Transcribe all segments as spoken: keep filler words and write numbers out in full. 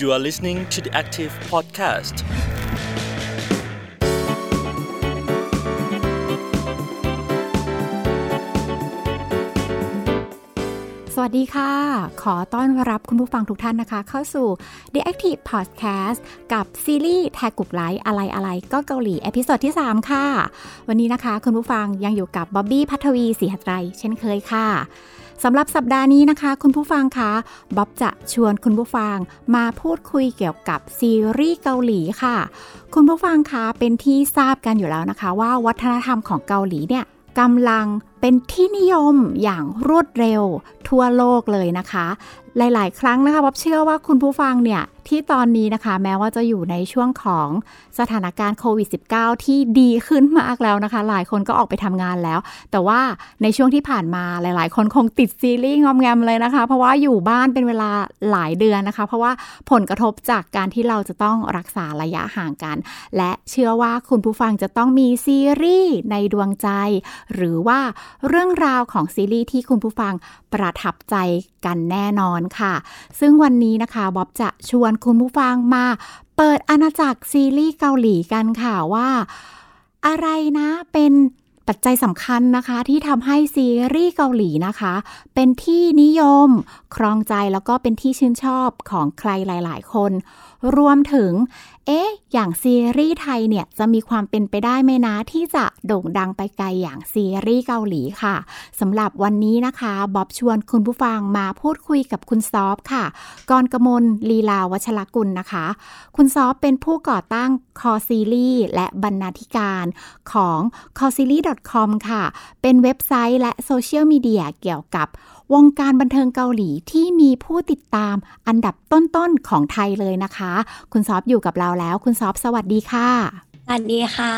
You are listening to the Active Podcast. สวัสดีค่ะขอต้อนรับคุณผู้ฟังทุกท่านนะคะเข้าสู่ The Active Podcast กับซีรีส์แทกุกไลฟ์อะไรอะไรก็เกาหลีเอพิโซดที่สามค่ะวันนี้นะคะคุณผู้ฟังยังอยู่กับบ๊อบบี้ภัทวีศรีหัตไตรเช่นเคยค่ะสำหรับสัปดาห์นี้นะคะคุณผู้ฟังคะบ๊อบจะชวนคุณผู้ฟังมาพูดคุยเกี่ยวกับซีรีส์เกาหลีค่ะคุณผู้ฟังคะเป็นที่ทราบกันอยู่แล้วนะคะว่าวัฒนธรรมของเกาหลีเนี่ยกำลังเป็นที่นิยมอย่างรวดเร็วทั่วโลกเลยนะคะหลายๆครั้งนะคะบ๊อบเชื่อว่าคุณผู้ฟังเนี่ยที่ตอนนี้นะคะแม้ว่าจะอยู่ในช่วงของสถานการณ์โควิด สิบเก้า ที่ดีขึ้นมากแล้วนะคะหลายคนก็ออกไปทำงานแล้วแต่ว่าในช่วงที่ผ่านมาหลายๆคนคงติดซีรีส์งอมแงมเลยนะคะเพราะว่าอยู่บ้านเป็นเวลาหลายเดือนนะคะเพราะว่าผลกระทบจากการที่เราจะต้องรักษาระยะห่างกันและเชื่อว่าคุณผู้ฟังจะต้องมีซีรีส์ในดวงใจหรือว่าเรื่องราวของซีรีส์ที่คุณผู้ฟังประทับใจกันแน่นอนค่ะซึ่งวันนี้นะคะบ๊อบจะชวนคุณผู้ฟังมาเปิดอาณาจักรซีรีส์เกาหลีกันค่ะว่าอะไรนะเป็นปัจจัยสำคัญนะคะที่ทำให้ซีรีส์เกาหลีนะคะเป็นที่นิยมครองใจแล้วก็เป็นที่ชื่นชอบของใครหลายๆคนรวมถึงเอ๊ะอย่างซีรีส์ไทยเนี่ยจะมีความเป็นไปได้ไหมนะที่จะโด่งดังไปไกลอย่างซีรีส์เกาหลีค่ะสำหรับวันนี้นะคะบ๊อบชวนคุณผู้ฟังมาพูดคุยกับคุณซอฟค่ะกรกมลลีลาวัชรกุลนะคะคุณซอฟเป็นผู้ก่อตั้งคอซีรีส์และบรรณาธิการของ คอ ซีรีส์ ดอท คอม ค่ะเป็นเว็บไซต์และโซเชียลมีเดียเกี่ยวกับวงการบันเทิงเกาหลีที่มีผู้ติดตามอันดับต้นๆของไทยเลยนะคะคุณซอฟอยู่กับเราแล้วคุณซอฟสวัสดีค่ะสวัสดีค่ะ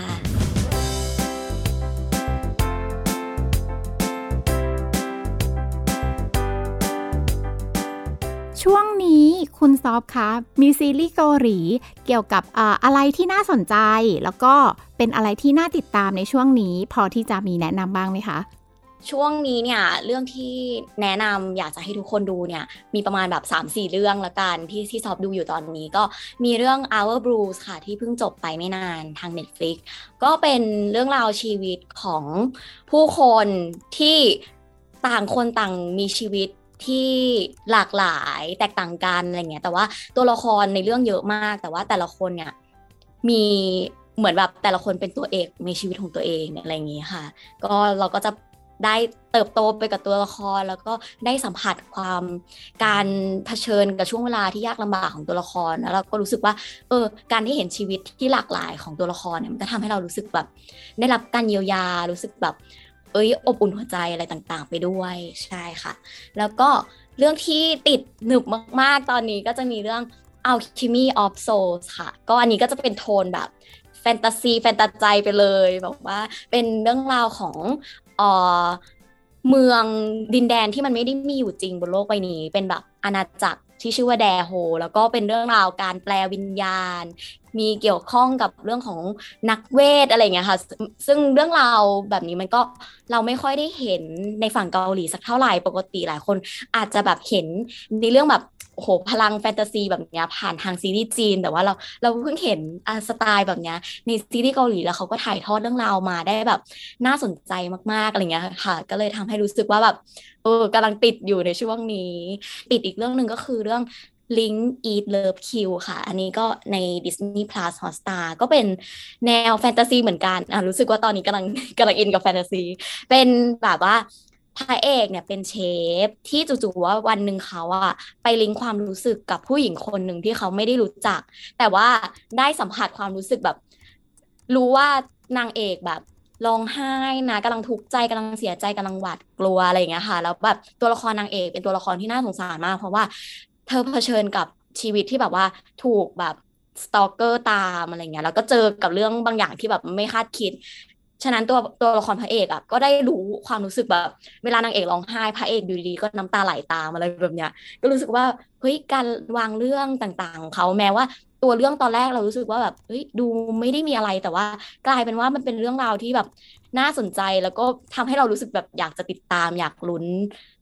ช่วงนี้คุณซอฟคะมีซีรีส์เกาหลีเกี่ยวกับอ่าอะไรที่น่าสนใจแล้วก็เป็นอะไรที่น่าติดตามในช่วงนี้พอที่จะมีแนะนำบ้างไหมคะช่วงนี้เนี่ยเรื่องที่แนะนำอยากจะให้ทุกคนดูเนี่ยมีประมาณแบบ สามสี่ เรื่องละกันที่ที่ซอฟดูอยู่ตอนนี้ก็มีเรื่อง Our Blues ค่ะที่เพิ่งจบไปไม่นานทาง Netflix ก็เป็นเรื่องราวชีวิตของผู้คนที่ต่างคนต่างมีชีวิตที่หลากหลายแตกต่างกันอะไรเงี้ยแต่ว่าตัวละครในเรื่องเยอะมากแต่ว่าแต่ละคนเนี่ยมีเหมือนแบบแต่ละคนเป็นตัวเอกในชีวิตของตัวเองอะไรอย่างงี้ค่ะก็เราก็จะได้เติบโตไปกับตัวละครแล้วก็ได้สัมผัสความการเผชิญกับช่วงเวลาที่ยากลำบากของตัวละครแล้วเราก็รู้สึกว่าเออการที่เห็นชีวิตที่หลากหลายของตัวละครเนี่ยมันก็ทำให้เรารู้สึกแบบได้รับการเยียวยารู้สึกแบบเอ้ยอบอุ่นหัวใจอะไรต่างๆไปด้วยใช่ค่ะแล้วก็เรื่องที่ติดหนึบมากๆตอนนี้ก็จะมีเรื่อง Alchemy of Souls ค่ะก็อันนี้ก็จะเป็นโทนแบบแฟนตาซีแฟนตาใจไปเลยแบบว่าเป็นเรื่องราวของเอ่อเมืองดินแดนที่มันไม่ได้มีอยู่จริงบนโลกใบนี้เป็นแบบอาณาจักรที่ชื่อว่าแดโฮแล้วก็เป็นเรื่องราวการแปลวิญญาณมีเกี่ยวข้องกับเรื่องของนักเวทอะไรอย่างเงี้ยค่ะซึ่งเรื่องราวแบบนี้มันก็เราไม่ค่อยได้เห็นในฝั่งเกาหลีสักเท่าไหร่ปกติหลายคนอาจจะแบบเห็นในเรื่องแบบโอ้โหพลังแฟนตาซีแบบเนี้ยผ่านทางซีรีส์จีนแต่ว่าเราเราเพิ่งเห็นอ่าสไตล์แบบเนี้ยในซีรีส์เกาหลีแล้วเขาก็ถ่ายทอดเรื่องราวมาได้แบบน่าสนใจมากๆอะไรเงี้ยค่ะก็เลยทำให้รู้สึกว่าแบบเออกำลังติดอยู่ในช่วงนี้ติดอีกเรื่องนึงก็คือเรื่องLink Eat Love Kill ค่ะอันนี้ก็ใน Disney Plus Hotstar ก็เป็นแนวแฟนตาซีเหมือนกันอ่ะรู้สึกว่าตอนนี้กำลังกำลังอินกับแฟนตาซีเป็นแบบว่าพระเอกเนี่ยเป็นเชฟที่จู่ๆว่าวันหนึ่งเขาอะไปลิงก์ความรู้สึกกับผู้หญิงคนหนึ่งที่เขาไม่ได้รู้จักแต่ว่าได้สัมผัสความรู้สึกแบบรู้ว่านางเอกแบบร้องไห้นะกำลังทุกข์ใจกำลังเสียใจกำลังหวาดกลัวอะไรอย่างเงี้ยค่ะแล้วแบบตัวละครนางเอกเป็นตัวละครที่น่าสงสารมากเพราะว่าเธอเผชิญกับชีวิตที่แบบว่าถูกแบบสตอกเกอร์ตามอะไรเงี้ยแล้วก็เจอกับเรื่องบางอย่างที่แบบไม่คาดคิดฉะนั้นตัวตัวละครพระเอกอ่ะก็ได้รู้ความรู้สึกแบบเวลานางเอกร้องไห้พระเอกอยู่ดีๆก็น้ำตาไหลตามอะไรแบบเนี้ยก็รู้สึกว่าเฮ้ยการวางเรื่องต่างๆของเขาแม้ว่าตัวเรื่องตอนแรกเรารู้สึกว่าแบบเฮ้ยดูไม่ได้มีอะไรแต่ว่ากลายเป็นว่ามันเป็นเรื่องราวที่แบบน่าสนใจแล้วก็ทำให้เรารู้สึกแบบอยากจะติดตามอยากลุ้น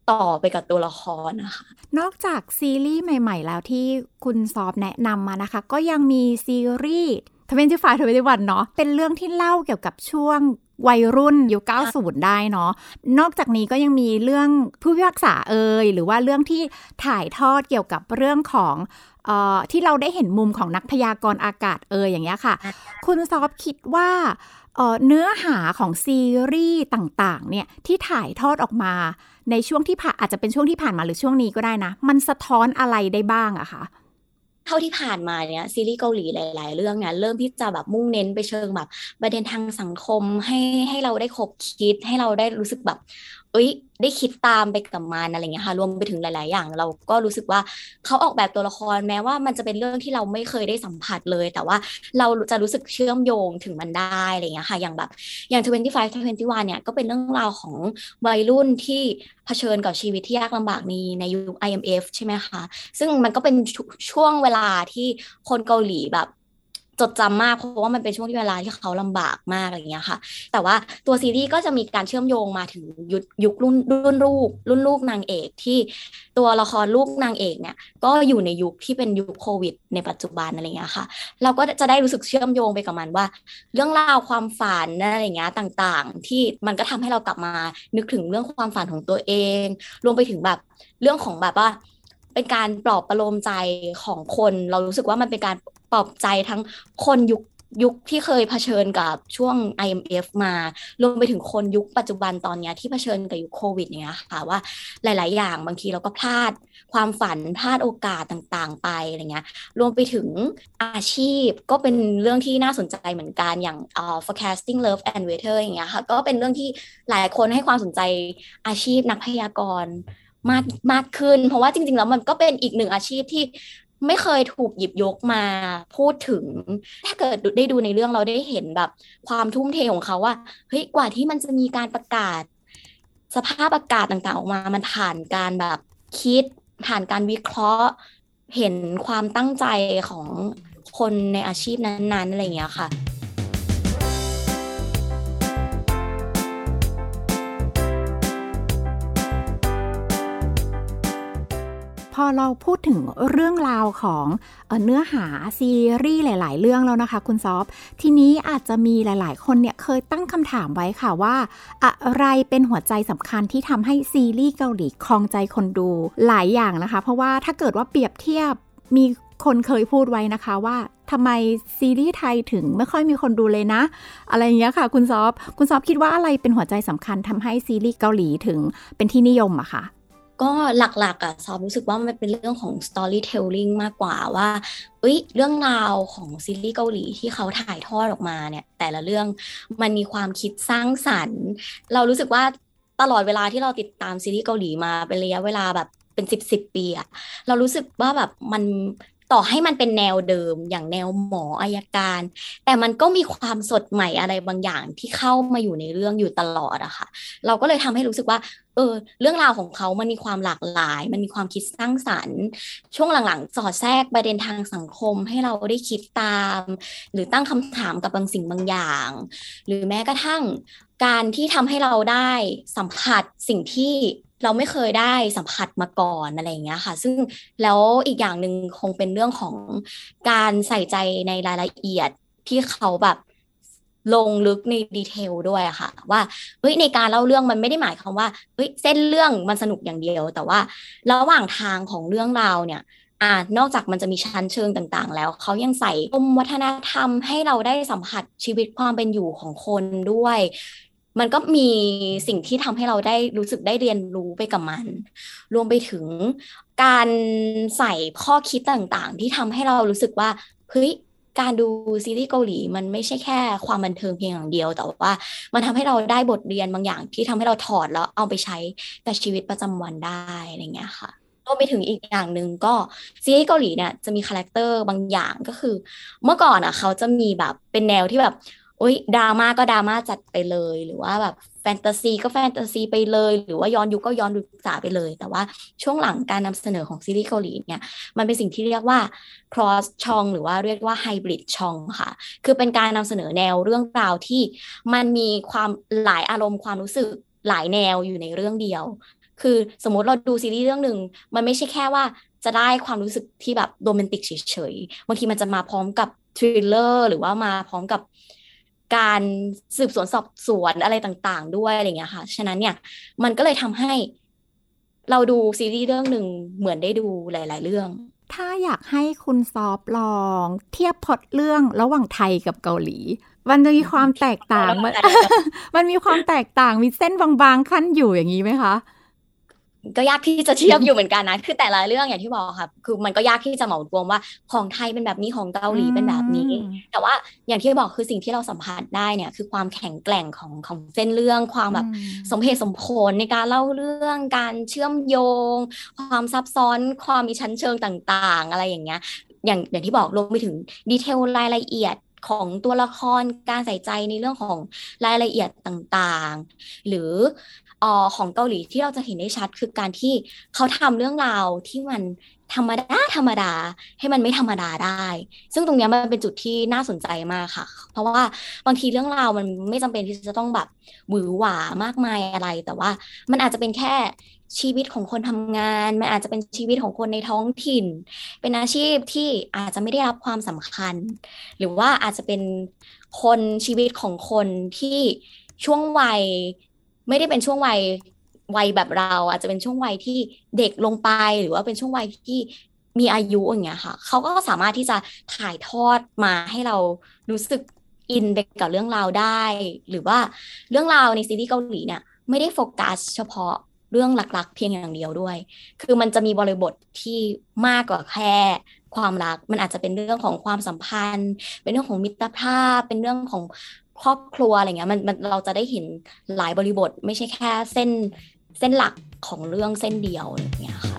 ต่อไปกับตัวละครนะคะนอกจากซีรีส์ใหม่ๆแล้วที่คุณซอฟแนะนำมานะคะก็ยังมีซีรีส์ยี่สิบห้า ยี่สิบเอ็ดเนาะเป็นเรื่องที่เล่าเกี่ยวกับช่วงวัยรุ่นยุคเก้าสิบได้เนาะนอกจากนี้ก็ยังมีเรื่องผู้พิพากษาเอ่ยหรือว่าเรื่องที่ถ่ายทอดเกี่ยวกับเรื่องของเอ่อที่เราได้เห็นมุมของนักพยากรณ์อากาศเอ่ยอย่างเงี้ยค่ะคุณซอฟคิดว่าเอ่อเนื้อหาของซีรีส์ต่างๆเนี่ยที่ถ่ายทอดออกมาในช่วงที่ผ่านอาจจะเป็นช่วงที่ผ่านมาหรือช่วงนี้ก็ได้นะมันสะท้อนอะไรได้บ้างอะคะเท่าที่ผ่านมาเนี่ยซีรีส์เกาหลีหลายๆเรื่องเนี่ยเริ่มที่จะแบบมุ่งเน้นไปเชิงแบบประเด็นทางสังคมให้ให้เราได้คบคิดให้เราได้รู้สึกแบบเอ้ยได้คิดตามไปกับมันอะไรเงี้ยค่ะรวมไปถึงหลายๆอย่างเราก็รู้สึกว่าเขาออกแบบตัวละครแม้ว่ามันจะเป็นเรื่องที่เราไม่เคยได้สัมผัสเลยแต่ว่าเราจะรู้สึกเชื่อมโยงถึงมันได้อะไรเงี้ยค่ะอย่างแบบอย่างยี่สิบห้า ยี่สิบเอ็ดเนี่ยก็เป็นเรื่องราวของวัยรุ่นที่เผชิญกับชีวิตที่ยากลำบากในในยุค ไอ เอ็ม เอฟ ใช่ไหมคะซึ่งมันก็เป็นช่วงเวลาที่คนเกาหลีแบบจดจำมากเพราะว่ามันเป็นช่วงที่เวลาที่เขาลำบากมากอะไรอย่างเงี้ยค่ะแต่ว่าตัวซีรีส์ก็จะมีการเชื่อมโยงมาถึงยุคยุครุ่นรุ่นลูกรุ่นลูกนางเอกที่ตัวละครลูกนางเอกเนี่ยก็อยู่ในยุคที่เป็นยุคโควิดในปัจจุบันอะไรเงี้ยค่ะเราก็จะได้รู้สึกเชื่อมโยงไปกับมันว่าเรื่องราวความฝันอะไรเงี้ยต่างๆที่มันก็ทำให้เรากลับมานึกถึงเรื่องความฝันของตัวเองรวมไปถึงแบบเรื่องของแบบว่าเป็นการปลอบประโลมใจของคนเรารู้สึกว่ามันเป็นการปลอบใจทั้งคนยุคยุคที่เคยเผชิญกับช่วง ไอ เอ็ม เอฟ มารวมไปถึงคนยุคปัจจุบันตอนนี้ที่เผชิญกับยุคโควิดเนี่ยค่ะว่าหลายๆอย่างบางทีเราก็พลาดความฝันพลาดโอกาสต่างๆไปอะไรเงี้ยรวมไปถึงอาชีพก็เป็นเรื่องที่น่าสนใจเหมือนกันอย่าง uh, forecasting love and weather อย่างเงี้ยค่ะก็เป็นเรื่องที่หลายคนให้ความสนใจอาชีพนักพยากรณ์มากมากขึ้นเพราะว่าจริงๆแล้วมันก็เป็นอีกหนึ่งอาชีพที่ไม่เคยถูกหยิบยกมาพูดถึงถ้าเกิดได้ดูในเรื่องเราได้เห็นแบบความทุ่มเทของเขาว่าเฮ้ยกว่าที่มันจะมีการประกาศสภาพอากาศต่างๆออกมามันผ่านการแบบคิดผ่านการวิเคราะห์เห็นความตั้งใจของคนในอาชีพนั้นๆอะไรอย่างเงี้ยค่ะพอเราพูดถึงเรื่องราวของเอ่อเนื้อหาซีรีส์หลายๆเรื่องแล้วนะคะคุณซอฟทีนี้อาจจะมีหลายๆคนเนี่ยเคยตั้งคำถามไว้ค่ะว่าอะไรเป็นหัวใจสำคัญที่ทำให้ซีรีส์เกาหลีครองใจคนดูหลายอย่างนะคะเพราะว่าถ้าเกิดว่าเปรียบเทียบมีคนเคยพูดไว้นะคะว่าทำไมซีรีส์ไทยถึงไม่ค่อยมีคนดูเลยนะอะไรอย่างเงี้ยค่ะคุณซอฟคุณซอฟคิดว่าอะไรเป็นหัวใจสำคัญทำให้ซีรีส์เกาหลีถึงเป็นที่นิยมอะคะก็หลักๆอ่ะซอฟรู้สึกว่ามันเป็นเรื่องของ storytelling มากกว่าว่าเอ้ยเรื่องราวของซีรีส์เกาหลีที่เขาถ่ายทอดออกมาเนี่ยแต่ละเรื่องมันมีความคิดสร้างสรรค์เรารู้สึกว่าตลอดเวลาที่เราติดตามซีรีส์เกาหลีมาเป็นระยะเวลาแบบเป็นสิบสิบปีอะเรารู้สึกว่าแบบมันต่อให้มันเป็นแนวเดิมอย่างแนวหมออัยการแต่มันก็มีความสดใหม่อะไรบางอย่างที่เข้ามาอยู่ในเรื่องอยู่ตลอดอะค่ะเราก็เลยทำให้รู้สึกว่าเออเรื่องราวของเขามันมีความหลากหลายมันมีความคิดสร้างสรรค์ช่วงหลังๆสอดแทรกประเด็นทางสังคมให้เราได้คิดตามหรือตั้งคำถามกับบางสิ่งบางอย่างหรือแม้กระทั่งการที่ทำให้เราได้สัมผัสสิ่งที่เราไม่เคยได้สัมผัสมาก่อนอะไรอย่างเงี้ยค่ะซึ่งแล้วอีกอย่างหนึ่งคงเป็นเรื่องของการใส่ใจในรายละเอียดที่เขาแบบลงลึกในดีเทลด้วยอะค่ะว่าเฮ้ยในการเล่าเรื่องมันไม่ได้หมายความว่าเฮ้ยเส้นเรื่องมันสนุกอย่างเดียวแต่ว่าระหว่างทางของเรื่องราวเนี่ยอ่านอกจากมันจะมีชั้นเชิงต่างๆแล้วเขายังใส่ปมวัฒนธรรมให้เราได้สัมผัสชีวิตความเป็นอยู่ของคนด้วยมันก็มีสิ่งที่ทำให้เราได้รู้สึกได้เรียนรู้ไปกับมันรวมไปถึงการใส่ข้อคิดต่างๆที่ทำให้เรารู้สึกว่าเฮ้ยการดูซีรีส์เกาหลีมันไม่ใช่แค่ความบันเทิงเพียงอย่างเดียวแต่ว่ามันทำให้เราได้บทเรียนบางอย่างที่ทำให้เราถอดแล้วเอาไปใช้กับชีวิตประจำวันได้อะไรเงี้ยค่ะรวมไปถึงอีกอย่างหนึ่งก็ซีรีส์เกาหลีเนี่ยจะมีคาแรคเตอร์บางอย่างก็คือเมื่อก่อนอ่ะเขาจะมีแบบเป็นแนวที่แบบโอ๊ยดราม่าก็ดราม่าจัดไปเลยหรือว่าแบบแฟนตาซีก็แฟนตาซีไปเลยหรือว่าย้อนยุคก็ย้อนยุคจ๋าไปเลยแต่ว่าช่วงหลังการนำเสนอของซีรีส์เกาหลีเนี่ยมันเป็นสิ่งที่เรียกว่า cross ช่องหรือว่าเรียกว่า hybrid ช่องค่ะคือเป็นการนำเสนอแนวเรื่องราวที่มันมีความหลายอารมณ์ความรู้สึกหลายแนวอยู่ในเรื่องเดียวคือสมมติเราดูซีรีส์เรื่องนึงมันไม่ใช่แค่ว่าจะได้ความรู้สึกที่แบบโรแมนติกเฉยๆบางทีมันจะมาพร้อมกับทริลเลอร์หรือว่ามาพร้อมกับการสืบสวนสอบสวนอะไรต่างๆด้วยอะไรอย่างเงี้ยค่ะฉะนั้นเนี่ยมันก็เลยทำให้เราดูซีรีส์เรื่องนึงเหมือนได้ดูหลายๆเรื่องถ้าอยากให้คุณซอฟลองเทียบพล็อตเรื่องระหว่างไทยกับเกาหลีมันจะมีความแตกต่างมัน มันมีความแตกต่างมีเส้นบางๆขั้นอยู่อย่างนี้ไหมคะก็ยากที่จะเทียบอยู่เหมือนกันนะคือแต่ละเรื่องอย่างที่บอกค่ะคือมันก็ยากที่จะเหมารวมว่าของไทยเป็นแบบนี้ของเกาหลีเป็นแบบนี้แต่ว่าอย่างที่บอกคือสิ่งที่เราสัมผัสได้เนี่ยคือความแข็งแกร่งของของเส้นเรื่องความแบบสมเหตุสมผลในการเล่าเรื่องการเชื่อมโยงความซับซ้อนความมีชั้นเชิงต่างๆอะไรอย่างเงี้ยอย่างอย่างที่บอกรวมไปถึงดีเทลรายละเอียดของตัวละครการใส่ใจในเรื่องของรายละเอียดต่างๆหรือออของเกาหลีที่เราจะเห็นได้ชัดคือการที่เขาทำเรื่องราวที่มันธรรมดาธรรมดาให้มันไม่ธรรมดาได้ซึ่งตรงนี้มันเป็นจุดที่น่าสนใจมากค่ะเพราะว่าบางทีเรื่องราวมันไม่จำเป็นที่จะต้องแบบหวือหวามากมายอะไรแต่ว่ามันอาจจะเป็นแค่ชีวิตของคนทำงานมันอาจจะเป็นชีวิตของคนในท้องถิ่นเป็นอาชีพที่อาจจะไม่ได้รับความสำคัญหรือว่าอาจจะเป็นคนชีวิตของคนที่ช่วงวัยไม่ได้เป็นช่วงวัยวัยแบบเราอาจจะเป็นช่วงวัยที่เด็กลงไปหรือว่าเป็นช่วงวัยที่มีอายุอย่างเงี้ยค่ะเขาก็สามารถที่จะถ่ายทอดมาให้เรารู้สึกอินไปกับเรื่องราวได้หรือว่าเรื่องราวในซีรีส์เกาหลีเนี่ยไม่ได้โฟกัสเฉพาะเรื่องหลักๆเพียงอย่างเดียวด้วยคือมันจะมีบริบทที่มากกว่าแค่ความรักมันอาจจะเป็นเรื่องของความสัมพันธ์เป็นเรื่องของมิตรภาพเป็นเรื่องของครอบครัวอะไรเงี้ยมันมันเราจะได้เห็นหลายบริบทไม่ใช่แค่เส้นเส้นหลักของเรื่องเส้นเดียวอะไรเงี้ยค่ะ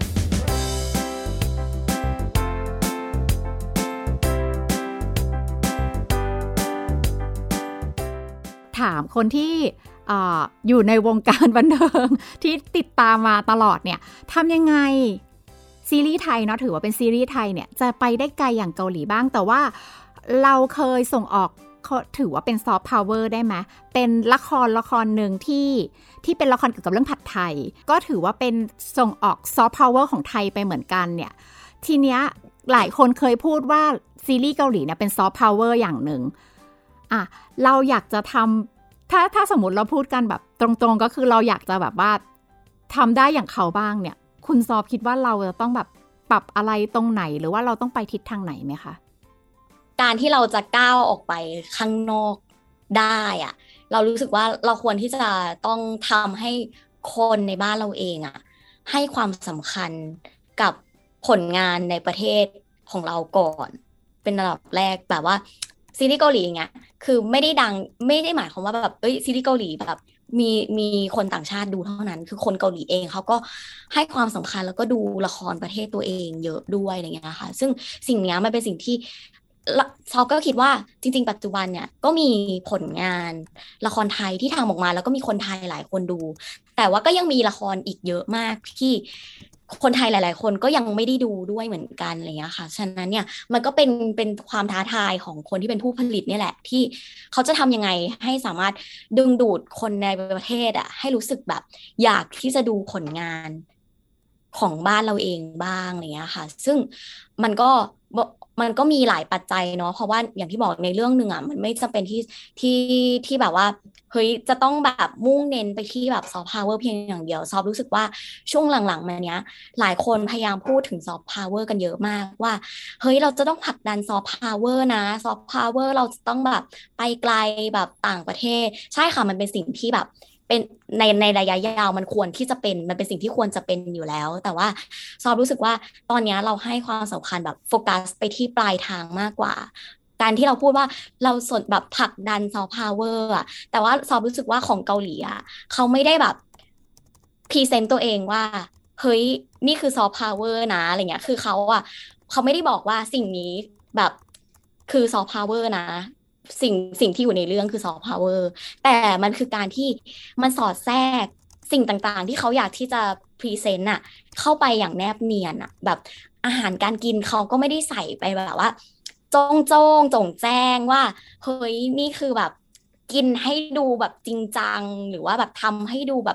ถามคนที่อ, อยู่ในวงการบันเทิงที่ติดตามมาตลอดเนี่ยทำยังไงซีรีส์ไทยเนาะถือว่าเป็นซีรีส์ไทยเนี่ยจะไปได้ไกลอย่างเกาหลีบ้างแต่ว่าเราเคยส่งออกถือว่าเป็นซอฟต์พาวเวอร์ได้ไหมเป็นละครละครหนึ่งที่ที่เป็นละครเกี่ยวกับเรื่องผัดไทยก็ถือว่าเป็นส่งออกซอฟต์พาวเวอร์ของไทยไปเหมือนกันเนี่ยทีเนี้ยหลายคนเคยพูดว่าซีรีส์เกาหลีเนี่ยเป็นซอฟต์พาวเวอร์อย่างหนึ่งอ่ะเราอยากจะทำถ้าถ้าสมมติเราพูดกันแบบตรงๆก็คือเราอยากจะแบบว่าทำได้อย่างเขาบ้างเนี่ยคุณซอฟคิดว่าเราจะต้องแบบปรับอะไรตรงไหนหรือว่าเราต้องไปทิศทางไหนไหมคะการที่เราจะก้าวออกไปข้างนอกได้อะเรารู้สึกว่าเราควรที่จะต้องทำให้คนในบ้านเราเองอะให้ความสำคัญกับผลงานในประเทศของเราก่อนเป็นระดับแรกแบบว่าซีรีส์เกาหลีอย่างเงี้ยคือไม่ได้ดังไม่ได้หมายความว่าแบบเอ้ยซีรีส์เกาหลีแบบมีมีคนต่างชาติดูเท่านั้นคือคนเกาหลีเองเขาก็ให้ความสำคัญแล้วก็ดูละครประเทศตัวเองเยอะด้วยอะไรเงี้ยค่ะซึ่งสิ่งนี้มันเป็นสิ่งที่ซอฟก็คิดว่าจริงๆปัจจุบันเนี่ยก็มีผลงานละครไทยที่ทำออกมาแล้วก็มีคนไทยหลายคนดูแต่ว่าก็ยังมีละครอีกเยอะมากที่คนไทยหลายๆคนก็ยังไม่ได้ดูด้วยเหมือนกันอะไรเงี้ยค่ะฉะนั้นเนี่ยมันก็เป็นเป็นความท้าทายของคนที่เป็นผู้ผลิตเนี่ยแหละที่เขาจะทำยังไงให้สามารถดึงดูดคนในประเทศอ่ะให้รู้สึกแบบอยากที่จะดูผลงานของบ้านเราเองบ้างอะไรเงี้ยค่ะซึ่งมันก็มันก็มีหลายปัจจัยเนาะเพราะว่าอย่างที่บอกในเรื่องหนึ่งอ่ะมันไม่จำเป็นที่ที่ที่แบบว่าเฮ้ยจะต้องแบบมุ่งเน้นไปที่แบบซอฟต์พาวเวอร์เพียงอย่างเดียวซอฟรู้สึกว่าช่วงหลังๆมาเนี้ยหลายคนพยายามพูดถึงซอฟต์พาวเวอร์กันเยอะมากว่าเฮ้ยเราจะต้องผลักดันซอฟต์พาวเวอร์นะซอฟต์พาวเวอร์เราจะต้องแบบไปไกลแบบต่างประเทศใช่ค่ะมันเป็นสิ่งที่แบบเป็นในในระยะยาวมันควรที่จะเป็นมันเป็นสิ่งที่ควรจะเป็นอยู่แล้วแต่ว่าซอฟรู้สึกว่าตอนนี้เราให้ความสำคัญแบบโฟกัสไปที่ปลายทางมากกว่าการที่เราพูดว่าเราสนแบบผลักดันซอฟต์พาวเวอร์อะแต่ว่าซอฟรู้สึกว่าของเกาหลีอะเขาไม่ได้แบบพรีเซนต์ตัวเองว่าเฮ้ยนี่คือซอฟต์พาวเวอร์นะอะไรเงี้ยคือเขาอะเขาไม่ได้บอกว่าสิ่งนี้แบบคือซอฟต์พาวเวอร์นะสิ่งสิ่งที่อยู่ในเรื่องคือซอฟต์พาวเวอร์แต่มันคือการที่มันสอดแทรกสิ่งต่างๆที่เขาอยากที่จะพรีเซนต์อะเข้าไปอย่างแนบเนียนอะแบบอาหารการกินเขาก็ไม่ได้ใส่ไปแบบว่าจ้องจ้องจงแจ้งว่าเฮ้ยนี่คือแบบกินให้ดูแบบจริงจังหรือว่าแบบทำให้ดูแบบ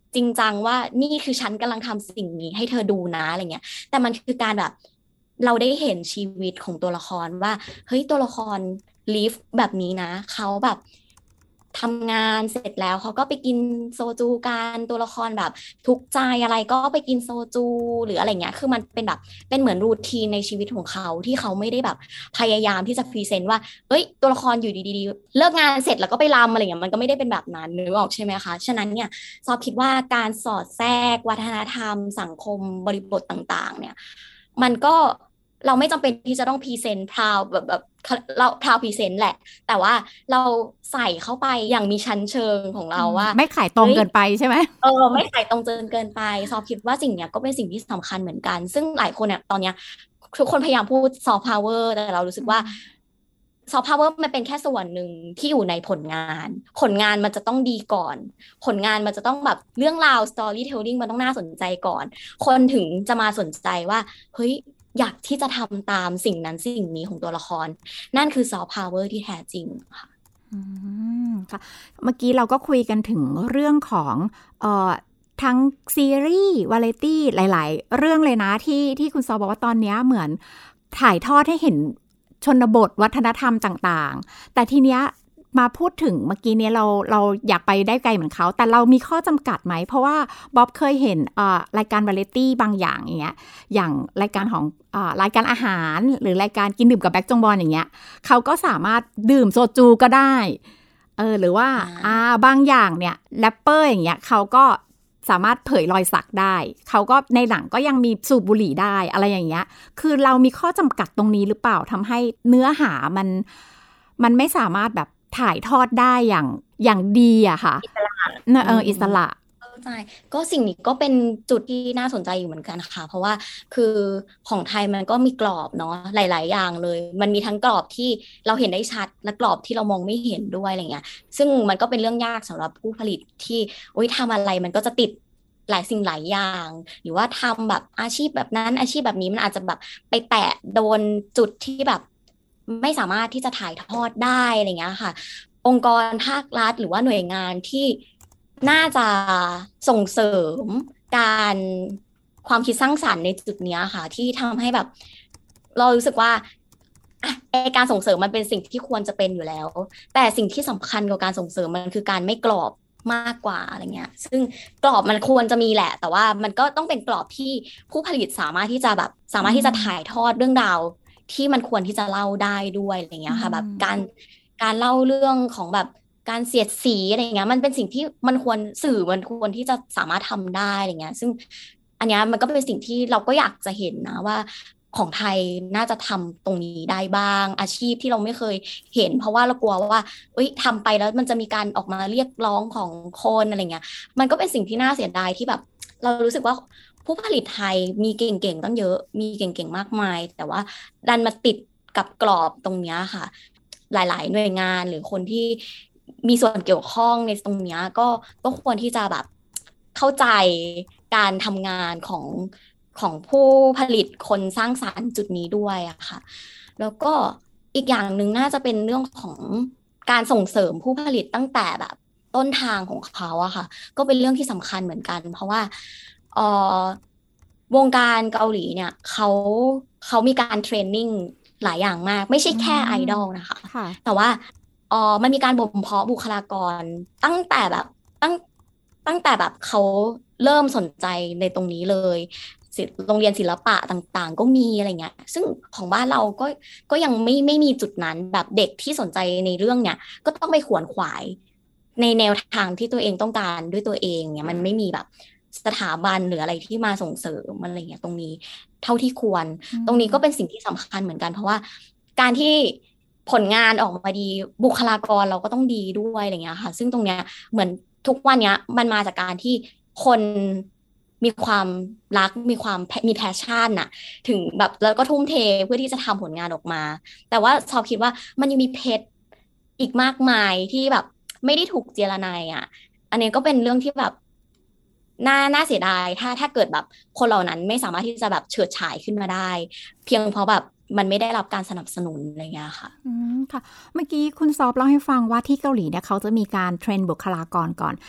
จริงจังว่านี่คือฉันกำลังทำสิ่งนี้ให้เธอดูนะอะไรเงี้ยแต่มันคือการแบบเราได้เห็นชีวิตของตัวละครว่าเฮ้ยตัวละครลีฟแบบนี้นะเขาแบบทำงานเสร็จแล้วเขาก็ไปกินโซจูกันตัวละครแบบทุกข์ใจอะไรก็ไปกินโซจูหรืออะไรเงี้ยคือมันเป็นแบบเป็นเหมือนรูทีนในชีวิตของเขาที่เขาไม่ได้แบบพยายามที่จะพรีเซนต์ว่าเอ้ยตัวละครอยู่ดีๆเลิกงานเสร็จแล้วก็ไปรำอะไรเงี้ยมันก็ไม่ได้เป็นแบบนั้นนึกออกใช่ไหมคะฉะนั้นเนี่ยซอฟคิดว่าการสอดแทรกวัฒนธรรมสังคมบริบทต่างๆเนี่ยมันก็เราไม่จำเป็นที่จะต้องพรีเซนต์พราวแบบแบบเราพราวพรีเซนต์แหละแต่ว่าเราใส่เข้าไปอย่างมีชั้นเชิงของเราว่าไม่ขายตรงเกินไปใช่ไหมเออไม่ขายตรงเกินเกินไปซอฟคิดว่าสิ่งเนี้ยก็เป็นสิ่งที่สำคัญเหมือนกันซึ่งหลายคนเนี่ยตอนเนี้ยทุกคนพยายามพูดซอฟต์พาวเวอร์แต่เรารู้สึกว่าซอฟต์พาวเวอร์มันเป็นแค่ส่วนหนึ่งที่อยู่ในผลงานผลงานมันจะต้องดีก่อนผลงานมันจะต้องแบบเรื่องราว storytelling มันต้องน่าสนใจก่อนคนถึงจะมาสนใจว่าเฮ้ยอยากที่จะทำตามสิ่งนั้นสิ่งนี้ของตัวละครนั่นคือซอฟต์พาวเวอร์ที่แท้จริงค่ะอืมค่ะเมื่อกี้เราก็คุยกันถึงเรื่องของเอ่อทั้งซีรีส์วาไรตี้หลายๆเรื่องเลยนะที่ที่คุณซอบอกว่าตอนนี้เหมือนถ่ายทอดให้เห็นชนบทวัฒนธรรมต่างๆแต่ทีเนี้ยมาพูดถึงเมื่อกี้เนี้ยเราเราอยากไปได้ไกลเหมือนเขาแต่เรามีข้อจำกัดไหมเพราะว่าบ๊อบเคยเห็นเอ่อรายการวาไรตี้บางอย่างอย่างเงี้ยอย่างรายการของเอ่อรายการอาหารหรือรายการกินดื่มกับแบ็คจงบอลอย่างเงี้ยเขาก็สามารถดื่มโซจูก็ได้เออหรือว่าอ่าบางอย่างเนี่ยแรปเปอร์อย่างเงี้ยเขาก็สามารถเผยรอยสักได้เขาก็ในหนังก็ยังมีสูบบุหรี่ได้อะไรอย่างเงี้ยคือเรามีข้อจำกัดตรงนี้หรือเปล่าทำให้เนื้อหามันมันไม่สามารถแบบถ่ายทอดได้อย่างอย่างดีอะค่ะอิสระเอออิสระใช่ก็สิ่งนี้ก็เป็นจุดที่น่าสนใจอยู่เหมือนกันค่ะเพราะว่าคือของไทยมันก็มีกรอบเนาะหลายๆอย่างเลยมันมีทั้งกรอบที่เราเห็นได้ชัดและกรอบที่เรามองไม่เห็นด้วยอะไรเงี้ยซึ่งมันก็เป็นเรื่องยากสำหรับผู้ผลิตที่อุ้ยทำอะไรมันก็จะติดหลายสิ่งหลายอย่างหรือว่าทำแบบอาชีพแบบนั้นอาชีพแบบนี้มันอาจจะแบบไปแตะโดนจุดที่แบบไม่สามารถที่จะถ่ายทอดได้อะไรเงี้ยค่ะองค์กรภาครัฐหรือว่าหน่วยงานที่น่าจะส่งเสริมการความคิดสร้างสรรค์ในจุดนี้ค่ะที่ทำให้แบบเรารู้สึกว่าการส่งเสริมมันเป็นสิ่งที่ควรจะเป็นอยู่แล้วแต่สิ่งที่สำคัญกับการส่งเสริมมันคือการไม่กรอบมากกว่าอะไรเงี้ยซึ่งกรอบมันควรจะมีแหละแต่ว่ามันก็ต้องเป็นกรอบที่ผู้ผลิตสามารถที่จะแบบสามารถที่จะถ่ายทอดเรื่องราวที่มันควรที่จะเล่าได้ด้วยอะไรเงี้ยค่ะแบบการการเล่าเรื่องของแบบการเสียดสีอะไรเงี้ยมันเป็นสิ่งที่มันควรสื่อมันควรที่จะสามารถทำได้อะไรเงี้ยซึ่งอันนี้มันก็เป็นสิ่งที่เราก็อยากจะเห็นนะว่าของไทยน่าจะทำตรงนี้ได้บ้างอาชีพที่เราไม่เคยเห็นเพราะว่าเรากลัวว่าเอ้ยทำไปแล้วมันจะมีการออกมาเรียกร้องของคนอะไรเงี้ยมันก็เป็นสิ่งที่น่าเสียดายที่แบบเรารู้สึกว่าผู้ผลิตไทยมีเก่งๆตั้งเยอะมีเก่งๆมากมายแต่ว่าดันมาติดกับกรอบตรงนี้ค่ะหลายๆหน่วยงานหรือคนที่มีส่วนเกี่ยวข้องในตรงนี้ก็ก็ควรที่จะแบบเข้าใจการทำงานของของผู้ผลิตคนสร้างสรรค์จุดนี้ด้วยอะค่ะแล้วก็อีกอย่างหนึ่งน่าจะเป็นเรื่องของการส่งเสริมผู้ผลิตตั้งแต่แบบต้นทางของเขาอะค่ะก็เป็นเรื่องที่สำคัญเหมือนกันเพราะว่าเอ่อวงการเกาหลีเนี่ยเขาเขามีการเทรนนิ่งหลายอย่างมากไม่ใช่แค่ไอดอลนะคะแต่ว่าเอ่อมันมีการบ่มเพาะบุคลากรตั้งแต่แบบตั้งตั้งแต่แบบเขาเริ่มสนใจในตรงนี้เลยโรงเรียนศิลปะต่างๆก็มีอะไรเงี้ยซึ่งของบ้านเราก็ก็ยังไม่ไม่มีจุดนั้นแบบเด็กที่สนใจในเรื่องเนี้ยก็ต้องไปขวนขวายในแนวทางที่ตัวเองต้องการด้วยตัวเองเนี่ยมันไม่มีแบบสถาบันหรืออะไรที่มาส่งเสริมอะไรเงี้ยตรงนี้เท่าที่ควรตรงนี้ก็เป็นสิ่งที่สำคัญเหมือนกันเพราะว่าการที่ผลงานออกมาดีบุคลากรเราก็ต้องดีด้วยอะไรเงี้ยค่ะซึ่งตรงเนี้ยเหมือนทุกวันเนี้ยมันมาจากการที่คนมีความรักมีความมีแพชชั่นน่ะถึงแบบแล้วก็ทุ่มเทเพื่อที่จะทำผลงานออกมาแต่ว่าชอบคิดว่ามันยังมีเพชรอีกมากมายที่แบบไม่ได้ถูกเจรไนอ่ะอันนี้ก็เป็นเรื่องที่แบบน่าน่าเสียดายถ้าถ้าเกิดแบบคนเหล่านั้นไม่สามารถที่จะแบบเฉิดฉายขึ้นมาได้เพียงเพราะแบบมันไม่ได้รับการสนับสนุนอะไรเงี้ยค่ะอืมค่ะเมื่อกี้คุณซอฟเล่าให้ฟังว่าที่เกาหลีเนี่ยเขาจะมีการเทรนบุคลากรก่อน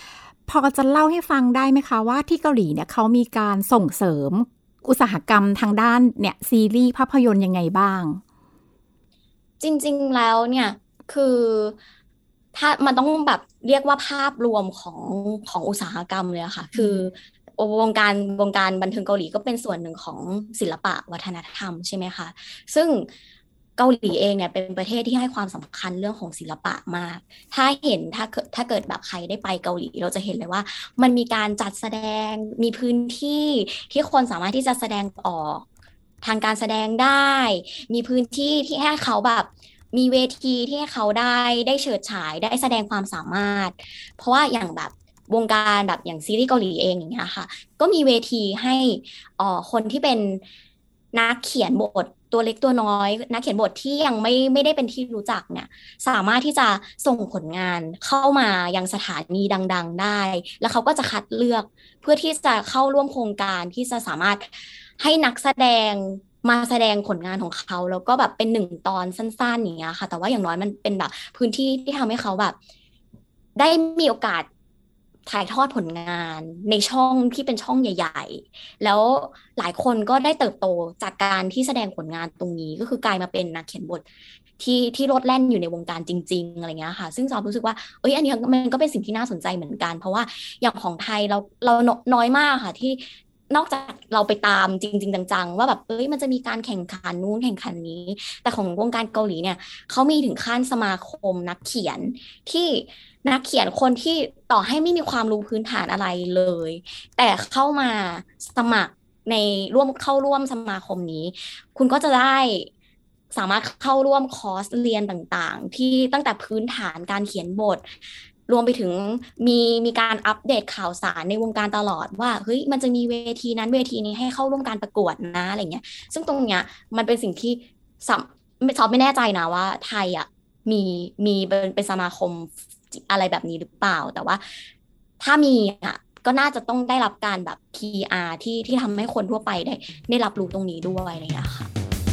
พอจะเล่าให้ฟังได้ไหมคะว่าที่เกาหลีเนี่ยเขามีการส่งเสริมอุตสาหกรรมทางด้านเนี่ยซีรีส์ภาพยนตร์ยังไงบ้างจริงๆแล้วเนี่ยคือถ้ามันต้องแบบเรียกว่าภาพรวมของของอุตสาหกรรมเลยอะค่ะคือวงการวงการบันเทิงเกาหลีก็เป็นส่วนหนึ่งของศิลปะวัฒนธรรมใช่ไหมคะซึ่งเกาหลีเองเนี่ยเป็นประเทศที่ให้ความสำคัญเรื่องของศิลปะมากถ้าเห็นถ้าถ้าเกิดแบบใครได้ไปเกาหลีเราจะเห็นเลยว่ามันมีการจัดแสดงมีพื้นที่ที่คนสามารถที่จะแสดงออกทางการแสดงได้มีพื้นที่ที่ให้เขาแบบมีเวทีที่ให้เขาได้ได้เฉิดฉายได้แสดงความสามารถเพราะว่าอย่างแบบวงการแบบอย่างซีรีส์เกาหลีเองอย่างเงี้ยค่ะก็มีเวทีให้อ่อคนที่เป็นนักเขียนบทตัวเล็กตัวน้อยนักเขียนบทที่ยังไม่ไม่ได้เป็นที่รู้จักเนี่ยสามารถที่จะส่งผลงานเข้ามายังสถานีดังๆได้แล้วเขาก็จะคัดเลือกเพื่อที่จะเข้าร่วมโครงการที่จะสามารถให้นักแสดงมาแสดงผลงานของเขาแล้วก็แบบเป็นหนึ่งตอนสั้นๆอย่างเงี้ยค่ะแต่ว่าอย่างน้อยมันเป็นแบบพื้นที่ที่ทำให้เขาแบบได้มีโอกาสถ่ายทอดผลงานในช่องที่เป็นช่องใหญ่ๆแล้วหลายคนก็ได้เติบโตจากการที่แสดงผลงานตรงนี้ก็คือกลายมาเป็นนักเขียนบทที่ที่โลดแล่นอยู่ในวงการจริงๆอะไรเงี้ยค่ะซึ่งซอฟรู้สึกว่าเอ้ยอันนี้มันก็เป็นสิ่งที่น่าสนใจเหมือนกันเพราะว่าอย่างของไทยเราเราน้อยมากค่ะที่นอกจากเราไปตามจริงๆจังๆว่าแบบเอ้ยมันจะมีการแข่งขันนู้นแข่งขันนี้แต่ของวงการเกาหลีเนี่ยเขามีถึงขั้นสมาคมนักเขียนที่นักเขียนคนที่ต่อให้ไม่มีความรู้พื้นฐานอะไรเลยแต่เข้ามาสมัครในร่วมเข้าร่วมสมาคมนี้คุณก็จะได้สามารถเข้าร่วมคอร์สเรียนต่างๆที่ตั้งแต่พื้นฐานการเขียนบทรวมไปถึงมีมีการอัปเดตข่าวสารในวงการตลอดว่าเฮ้ยมันจะมีเวทีนั้นเวทีนี้ให้เข้าร่วมการประกวดนะอะไรเงี้ยซึ่งตรงเนี้ยมันเป็นสิ่งที่ซอฟไม่แน่ใจนะว่าไทยอ่ะมีมีเป็นเป็นสมาคมอะไรแบบนี้หรือเปล่าแต่ว่าถ้ามีอ่ะก็น่าจะต้องได้รับการแบบ พี อาร์ ที่ที่ทำให้คนทั่วไปได้ได้รับรู้ตรงนี้ด้วยอะไรอย่างเงี้ยค่ะ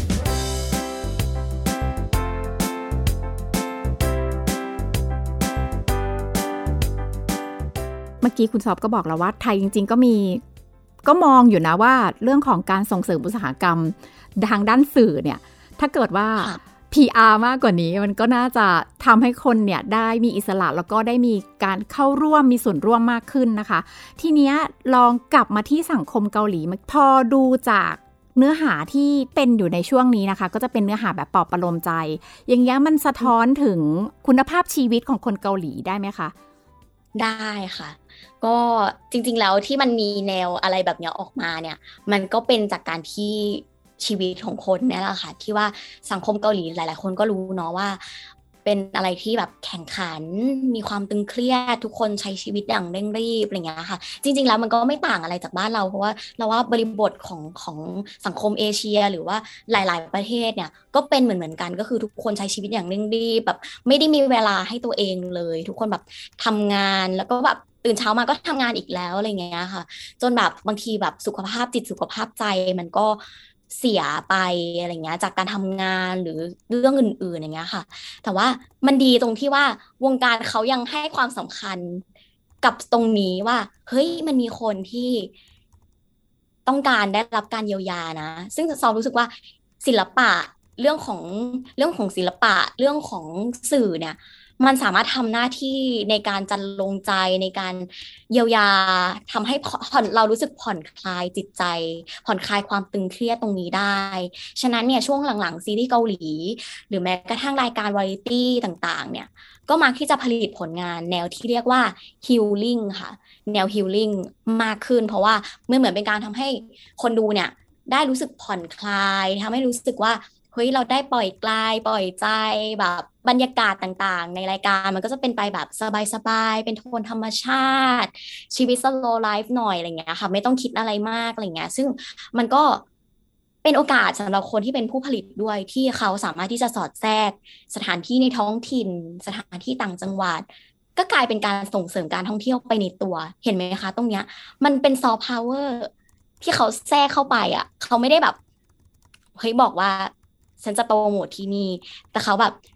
เมื่อกี้คุณซอฟก็บอกแล้วว่าไทยจริงๆก็มีก็มองอยู่นะว่าเรื่องของการส่งเสริมอุตสาหกรรมทางด้านสื่อเนี่ยถ้าเกิดว่า พี อาร์ มากกว่านี้มันก็น่าจะทำให้คนเนี่ยได้มีอิสระแล้วก็ได้มีการเข้าร่วมมีส่วนร่วมมากขึ้นนะคะทีเนี้ยลองกลับมาที่สังคมเกาหลีพอดูจากเนื้อหาที่เป็นอยู่ในช่วงนี้นะคะก็จะเป็นเนื้อหาแบบปลอบประโลมใจอย่างเงี้ยมันสะท้อนถึงคุณภาพชีวิตของคนเกาหลีได้ไหมคะได้ค่ะก็จริงๆแล้วที่มันมีแนวอะไรแบบนี้ออกมาเนี่ยมันก็เป็นจากการที่ชีวิตของคนเนี่ยแหละค่ะที่ว่าสังคมเกาหลีหลายๆคนก็รู้เนาะว่าเป็นอะไรที่แบบแข่งขันมีความตึงเครียดทุกคนใช้ชีวิตอย่างเร่งรีบอะไรเงี้ยค่ะจริงๆแล้วมันก็ไม่ต่างอะไรจากบ้านเราเพราะว่าเราว่าบริบทของของสังคมเอเชียหรือว่าหลายๆประเทศเนี่ยก็เป็นเหมือนเหมือนกันก็คือทุกคนใช้ชีวิตอย่างเร่งรีบแบบไม่ได้มีเวลาให้ตัวเองเลยทุกคนแบบทำงานแล้วก็แบบตื่นเช้ามาก็ทำงานอีกแล้วอะไรเงี้ยค่ะจนแบบบางทีแบบสุขภาพจิตสุขภาพใจมันก็เสียไปอะไรเงี้ยจากการทำงานหรือเรื่องอื่นๆอย่างเงี้ยค่ะแต่ว่ามันดีตรงที่ว่าวงการเขายังให้ความสำคัญกับตรงนี้ว่าเฮ้ยมันมีคนที่ต้องการได้รับการเยียวยานะซึ่งซอรู้สึกว่าศิลปะเรื่องของเรื่องของศิลปะเรื่องของสื่อเนี่ยมันสามารถทำหน้าที่ในการจันลงใจในการเยียวยาทำให้ผ่อนเรารู้สึกผ่อนคลายจิตใจผ่อนคลายความตึงเครียดตรงนี้ได้ฉะนั้นเนี่ยช่วงหลังๆซีรีส์เกาหลีหรือแม้กระทั่งรายการวาไรตี้ต่างๆเนี่ยก็มักที่จะผลิตผลงานแนวที่เรียกว่า healing ค่ะแนว healing มากขึ้นเพราะว่าเมื่อเหมือนเป็นการทำให้คนดูเนี่ยได้รู้สึกผ่อนคลายทำให้รู้สึกว่าเฮ้ยเราได้ปล่อยกลายปล่อยใจแบบบรรยากาศต่างๆในรายการมันก็จะเป็นไปแบบสบายๆเป็นโทนธรรมชาติชีวิต slow life หน่อยอะไรเงี้ยค่ะไม่ต้องคิดอะไรมากอะไรเงี้ยซึ่งมันก็เป็นโอกาสสำหรับคนที่เป็นผู้ผลิตด้วยที่เขาสามารถที่จะสอดแทรกสถานที่ในท้องถิ่นสถานที่ต่างจังหวัดก็กลายเป็นการส่งเสริมการท่องเที่ยวไปในตัวเห็นไหมคะตรงเนี้ยมันเป็นซอฟต์พาวเวอร์ที่เขาแทรกเข้าไปอ่ะเขาไม่ได้แบบเฮ้ยบอกว่าฉันจะโปรโมทที่นี่แต่เขาแบบ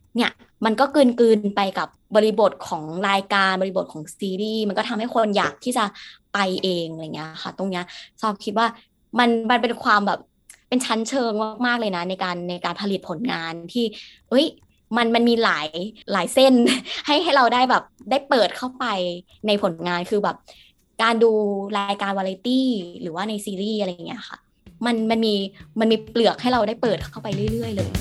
เนี่ยมันก็กลืนๆไปกับบริบทของรายการบริบทของซีรีส์มันก็ทำให้คนอยากที่จะไปเองอะไรเงี้ยค่ะตรงเนี้ยซอฟคิดว่ามันมันเป็นความแบบเป็นชั้นเชิงมากๆเลยนะในการในการผลิตผลงานที่เอ้ยมันมันมีหลายหลายเส้น ให้ให้เราได้แบบได้เปิดเข้าไปในผลงานคือแบบการดูรายการวาไรตี้หรือว่าในซีรีส์อะไรเงี้ยค่ะมันมันมีมันมีเปลือกให้เราได้เปิดเข้าไปเรื่อยๆเลย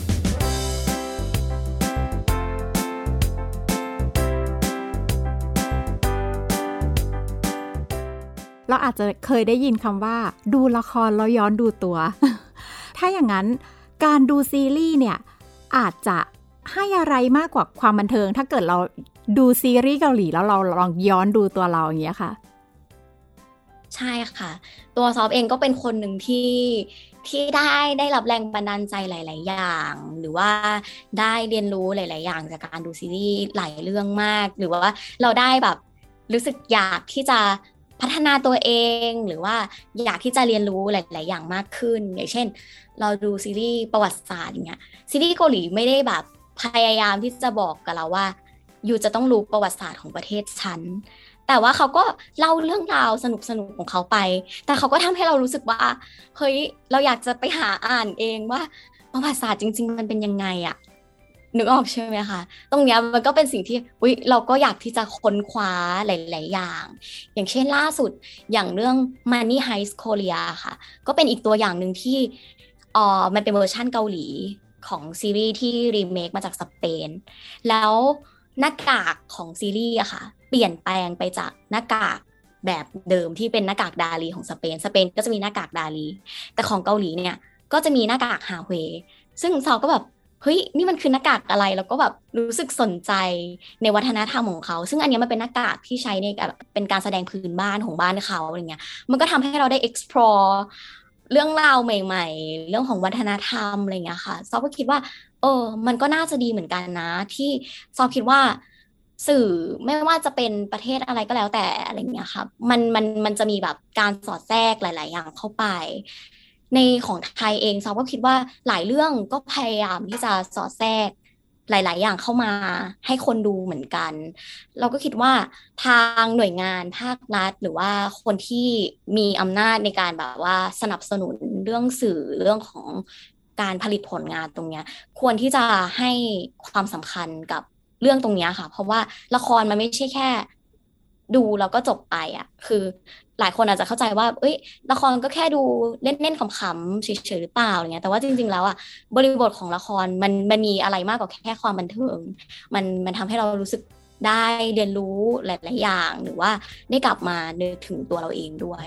เราอาจจะเคยได้ยินคำว่าดูละครแล้วย้อนดูตัว ถ้าอย่างนั้นการดูซีรีส์เนี่ยอาจจะให้อะไรมากกว่าความบันเทิงถ้าเกิดเราดูซีรีส์เกาหลีแล้วเราลองย้อนดูตัวเราอย่างเงี้ยค่ะใช่ค่ะตัวซอฟเองก็เป็นคนหนึ่งที่ที่ได้ได้รับแรงบันดาลใจหลายๆอย่างหรือว่าได้เรียนรู้หลายๆอย่างจากการดูซีรีส์หลายเรื่องมากหรือว่าเราได้แบบรู้สึกอยากที่จะพัฒนาตัวเองหรือว่าอยากที่จะเรียนรู้หลายๆอย่างมากขึ้นอย่างเช่นเราดูซีรีส์ประวัติศาสตร์อย่างเงี้ยซีรีส์เกาหลีไม่ได้แบบพยายามที่จะบอกกับเราว่าอยู่จะต้องรู้ประวัติศาสตร์ของประเทศฉันแต่ว่าเขาก็เล่าเรื่องราวสนุกสนุกของเขาไปแต่เขาก็ทำให้เรารู้สึกว่าเฮ้ยเราอยากจะไปหาอ่านเองว่าประวัติศาสตร์จริงๆมันเป็นยังไงอะนึกออกใช่ไหมคะตรงเนี้ยมันก็เป็นสิ่งที่อุ๊ยเราก็อยากที่จะค้นคว้าหลายๆอย่างอย่างเช่นล่าสุดอย่างเรื่อง Money Heist Korea ค่ะก็เป็นอีกตัวอย่างหนึ่งที่อ๋อมันเป็นเวอร์ชั่นเกาหลีของซีรีส์ที่รีเมคมาจากสเปนแล้วหน้ากากของซีรีส์อะค่ะเปลี่ยนแปลงไปจากหน้ากากแบบเดิมที่เป็นหน้ากากดาลีของสเปนสเปนก็จะมีหน้ากากดาลีแต่ของเกาหลีเนี่ยก็จะมีหน้ากากฮาเวซึ่งซอก็แบบเฮ้ยนี่มันคือหน้ากากอะไรแล้วก็แบบรู้สึกสนใจในวัฒนธรรมของเขาซึ่งอันนี้มันเป็นหน้ากากที่ใช้ในเป็นการแสดงพื้นบ้านของบ้านเขาอะไรเงี้ยมันก็ทำให้เราได้ explore เรื่องราวใหม่ๆเรื่องของวัฒนธรรมอะไรเงี้ยค่ะซอก็คิดว่าเออมันก็น่าจะดีเหมือนกันนะที่ซอคิดว่าสื่อไม่ว่าจะเป็นประเทศอะไรก็แล้วแต่อะไรเงี้ยค่ะมันมันมันจะมีแบบการสอดแทรกหลายๆอย่างเข้าไปในของไทยเองซอก็คิดว่าหลายเรื่องก็พยายามที่จะสอดแทรกหลายๆอย่างเข้ามาให้คนดูเหมือนกันเราก็คิดว่าทางหน่วยงานภาครัฐหรือว่าคนที่มีอำนาจในการแบบว่าสนับสนุนเรื่องสื่อเรื่องของการผลิตผลงานตรงเนี้ยควรที่จะให้ความสำคัญกับเรื่องตรงนี้ค่ะเพราะว่าละครมันไม่ใช่แค่ดูแล้วก็จบไปอ่ะคือหลายคนอาจจะเข้าใจว่าเอ้ยละครก็แค่ดูเล่นๆขำๆเฉยๆหรือเปล่าอะไรเงี้ยแต่ว่าจริงๆแล้วอ่ะบริบทของละครมันมันมีอะไรมากกว่าแค่ความบันเทิงมันมันทำให้เรารู้สึกได้เรียนรู้หลายๆอย่างหรือว่าได้กลับมานึกถึงตัวเราเองด้วย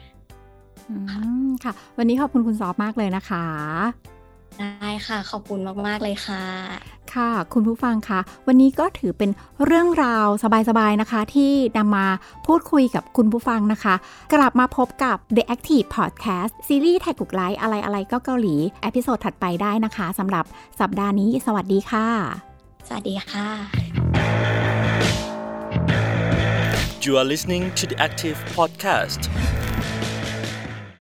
ค่ะวันนี้ขอบคุณคุณซอฟมากเลยนะคะได้ค่ะขอบคุณมากๆเลยค่ะค่ะคุณผู้ฟังคะวันนี้ก็ถือเป็นเรื่องราวสบายๆนะคะที่นำมาพูดคุยกับคุณผู้ฟังนะคะกลับมาพบกับ The Active Podcast ซีรีส์ไทยกุกไลฟ์อะไรๆก็เกาหลีเอพิโซดถัดไปได้นะคะสำหรับสัปดาห์นี้สวัสดีค่ะสวัสดีค่ะ You are listening to the Active Podcast